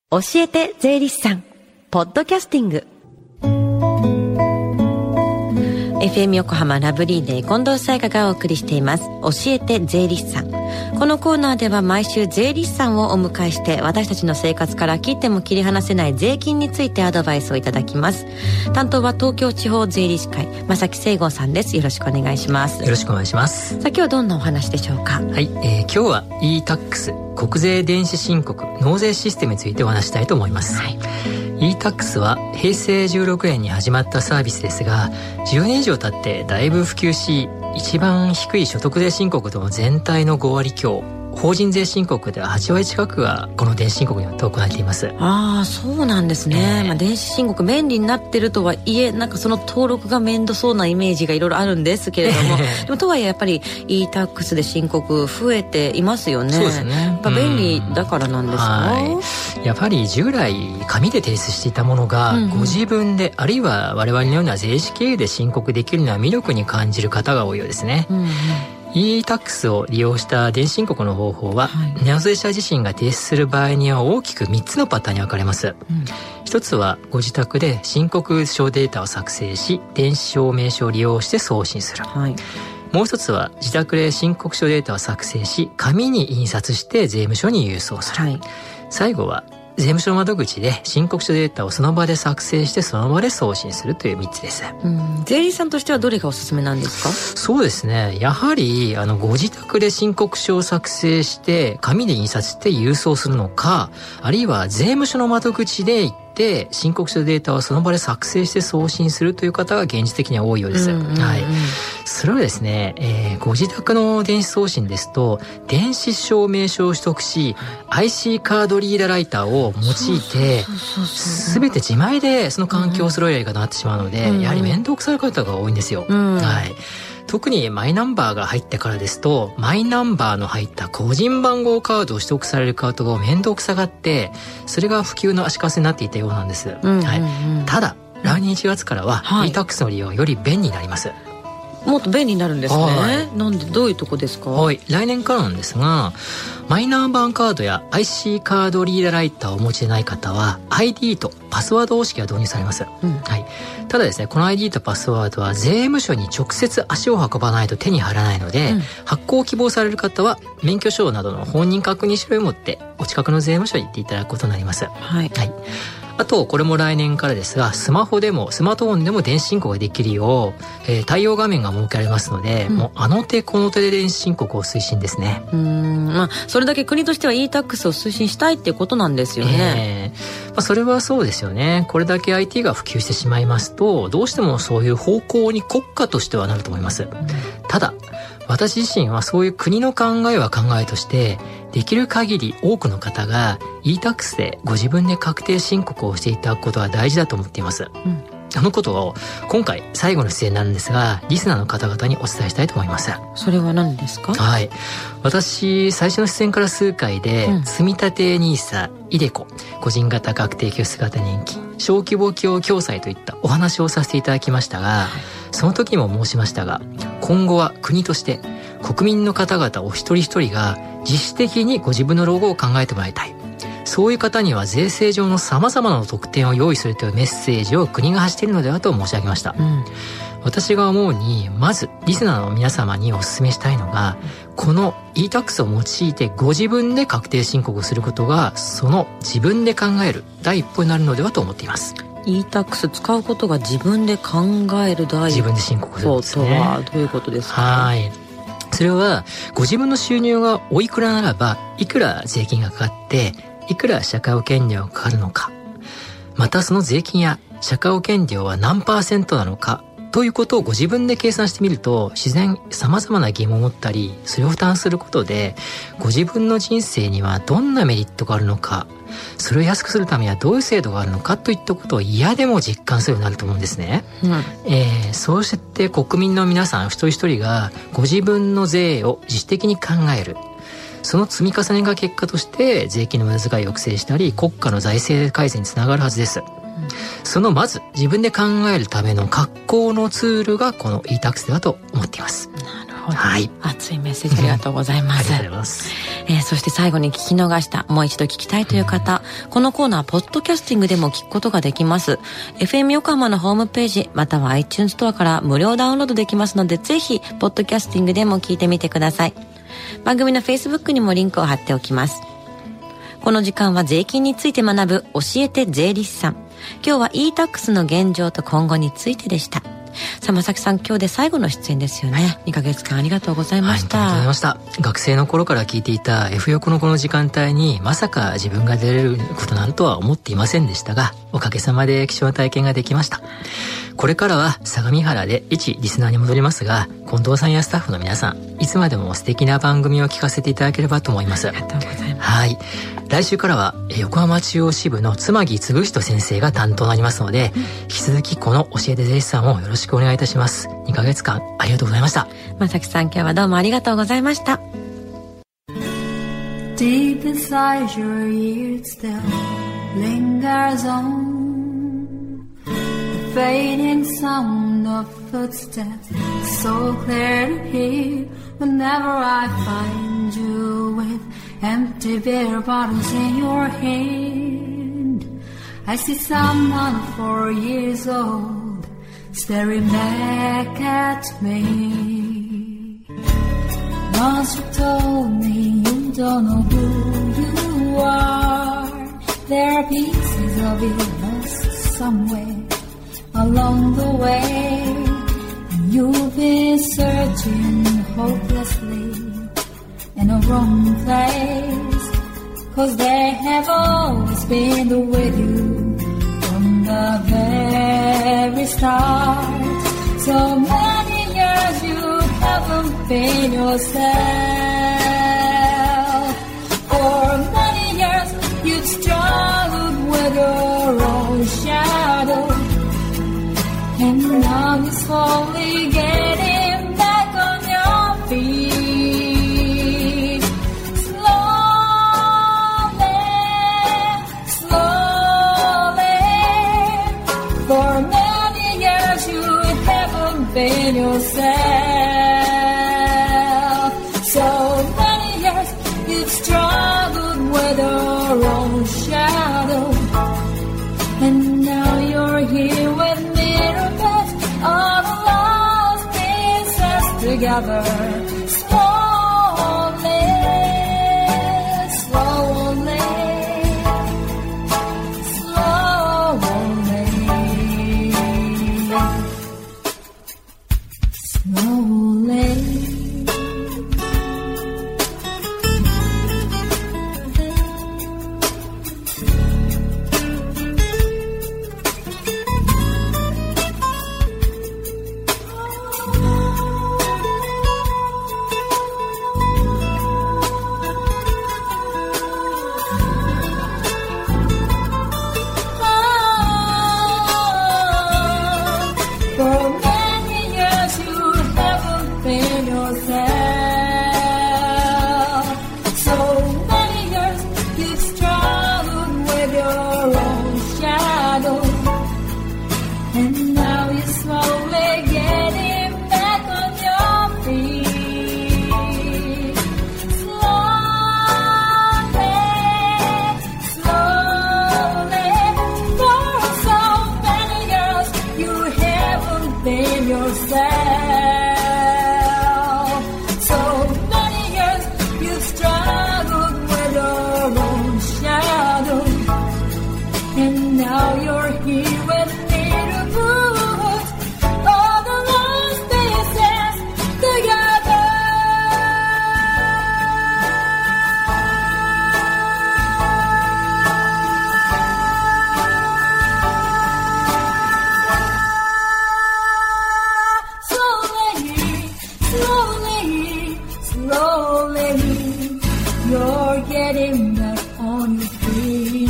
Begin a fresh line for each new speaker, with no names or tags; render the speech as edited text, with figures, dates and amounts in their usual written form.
教えて税理士さんポッドキャスティング FM 横浜ラブリーデー近藤沙耶香がお送りしています教えて税理士さん。このコーナーでは毎週税理士さんをお迎えして私たちの生活から切っても切り離せない税金についてアドバイスをいただきます。担当は東京地方税理士会正木聖吾さんです。よろしくお願いします。
よろしくお願いします。
さあ今日はどんなお話でしょうか。
はい、今日は e-tax 国税電子申告納税システムについてお話したいと思います。はい、e-tax は平成16年に始まったサービスですが、10年以上経ってだいぶ普及し、一番低い所得税申告とも全体の5割強、法人税申告では8割近くがこの電子申告によって行われています。
ああ、そうなんですね。電子申告便利になってるとはいえ、なんかその登録が面倒そうなイメージがいろいろあるんですけれども、でもとはいえやっぱり e-tax で申告増えていますよね。
そうですね。や
っぱ便利だからなんですか。
はい、やっぱり従来紙で提出していたものが、ご自分であるいは我々のような税理士経由で申告できるのは魅力に感じる方が多いようですね。e-tax を利用した電子申告の方法は、納税者自身が提出する場合には大きく3つのパターンに分かれます。一つはご自宅で申告書データを作成し、電子証明書を利用して送信する。もう一つは自宅で申告書データを作成し、紙に印刷して税務署に郵送する。最後は税務署の窓口で申告書データをその場で作成してその場で送信するという3つです。
税理士さんとしてはどれがおすすめなんですか。
そうですね、やはりご自宅で申告書を作成して紙で印刷して郵送するのか、あるいは税務署の窓口で行って申告書データをその場で作成して送信するという方が現実的には多いようです。それはですね、ご自宅の電子送信ですと電子証明書を取得し IC カードリーダーライターを用いて全て自前でその環境を揃えるやり方になってしまうので、やはり面倒くさい方が多いんですよ。特にマイナンバーが入ってからですと、マイナンバーの入った個人番号カードを取得される方が面倒くさがって、それが普及の足かせになっていたようなんです。ただ来年1月からは e-tax の利用より便利になります。
もっと便利になるんですね。なんでどういうとこですか。
来年からなんですが、マイナンバーカードや IC カードリーダーライターをお持ちでない方は ID とパスワード方式が導入されます。ただですね、この ID とパスワードは税務署に直接足を運ばないと手に入らないので、発行を希望される方は免許証などの本人確認書類を持ってお近くの税務署に行っていただくことになります。あとこれも来年からですが、スマートフォンでも電子申告ができるよう、対応画面が設けられますので、もうあの手この手で電子申告を推進ですね。
それだけ国としては e-tax を推進したいっていうことなんですよね。
それはそうですよね。これだけ IT が普及してしまいますと、どうしてもそういう方向に国家としてはなると思います。ただ私自身はそういう国の考えは考えとして、できる限り多くの方が e-tax でご自分で確定申告をしていただくことが大事だと思っています。そのことを今回最後の出演になるんですが、リスナーの方々にお伝えしたいと思います。
それは何ですか。
私最初の出演から数回で、積立 NISA、iDeCo、個人型確定拠出型年金、小規模企業共済といったお話をさせていただきましたが、その時も申しましたが、今後は国として国民の方々お一人一人が自主的にご自分の老後を考えてもらいたい。そういう方には税制上の様々な特典を用意するというメッセージを国が発しているのではと申し上げました。私が思うに、まずリスナーの皆様にお勧めしたいのが、この e-tax を用いてご自分で確定申告をすることが、その自分で考える第一歩になるのではと思っています。
e-tax 使うことが自分で考える第一歩、
自分で申告するんですね。
とはどういうことですか。
それはご自分の収入がおいくらならばいくら税金がかかっていくら社会保険料がかかるのか、またその税金や社会保険料は何%なのかということをご自分で計算してみると、自然様々な疑問を持ったり、それを負担することでご自分の人生にはどんなメリットがあるのか、それを安くするためにはどういう制度があるのかといったことを嫌でも実感するようになると思うんですね。そうして国民の皆さん一人一人がご自分の税を自主的に考える。その積み重ねが結果として税金の無駄遣いを抑制したり国家の財政改善につながるはずです。そのまず自分で考えるための格好のツールがこの e-tax ではと思っています。
なるほど、はい、熱いメッセージありがとうございます、
ありがとうございます。
そして最後に聞き逃した、もう一度聞きたいという方、このコーナーポッドキャスティングでも聞くことができます。 FM 横浜のホームページまたは iTunes ストアから無料ダウンロードできますので、ぜひポッドキャスティングでも聞いてみてください。番組の Facebook にもリンクを貼っておきます。この時間は税金について学ぶ教えて税理士さん。今日は e-tax の現状と今後についてでした。さあ、正木さん、今日で最後の出演ですよね。2ヶ月間ありがとうございました。
ありがとうございました。学生の頃から聞いていた F 横のこの時間帯にまさか自分が出れることなるとは思っていませんでしたが、おかげさまで貴重な体験ができました。これからは相模原で一リスナーに戻りますが、近藤さんやスタッフの皆さん、いつまでも素敵な番組を聞かせていただければと思います。
ありがとうございます。
はい。来週からは横浜中央支部の妻木嗣人先生が担当になりますので、引き続きこの教えて税理士さんをよろしくお願いいたします。2ヶ月間ありがとうございました。
正木さん、今日はどうもありがとうございました。
Deep inside your ears still lingers on the fading sound of footsteps, so clear to hear whenever I find you with empty beer bottles in your hand. I see someone 4 years old staring back at me. Once you told me you don't know who you are. There are pieces of you lost somewhere along the way. You've been searching hopelessly in a wrong place, 'cause they have always been with you from the very start. So many years you haven't been yourself. For many years you've struggled with your own shadow, and now you're slowly getting back on your feet. Slowly, slowly. For many years you haven't been yourself. So many years you've struggled with your own shadow, and now you're here with me, all the lost pieces together. Slowly, slowly, slowly, slowly. Slowly, you're getting back on your feet.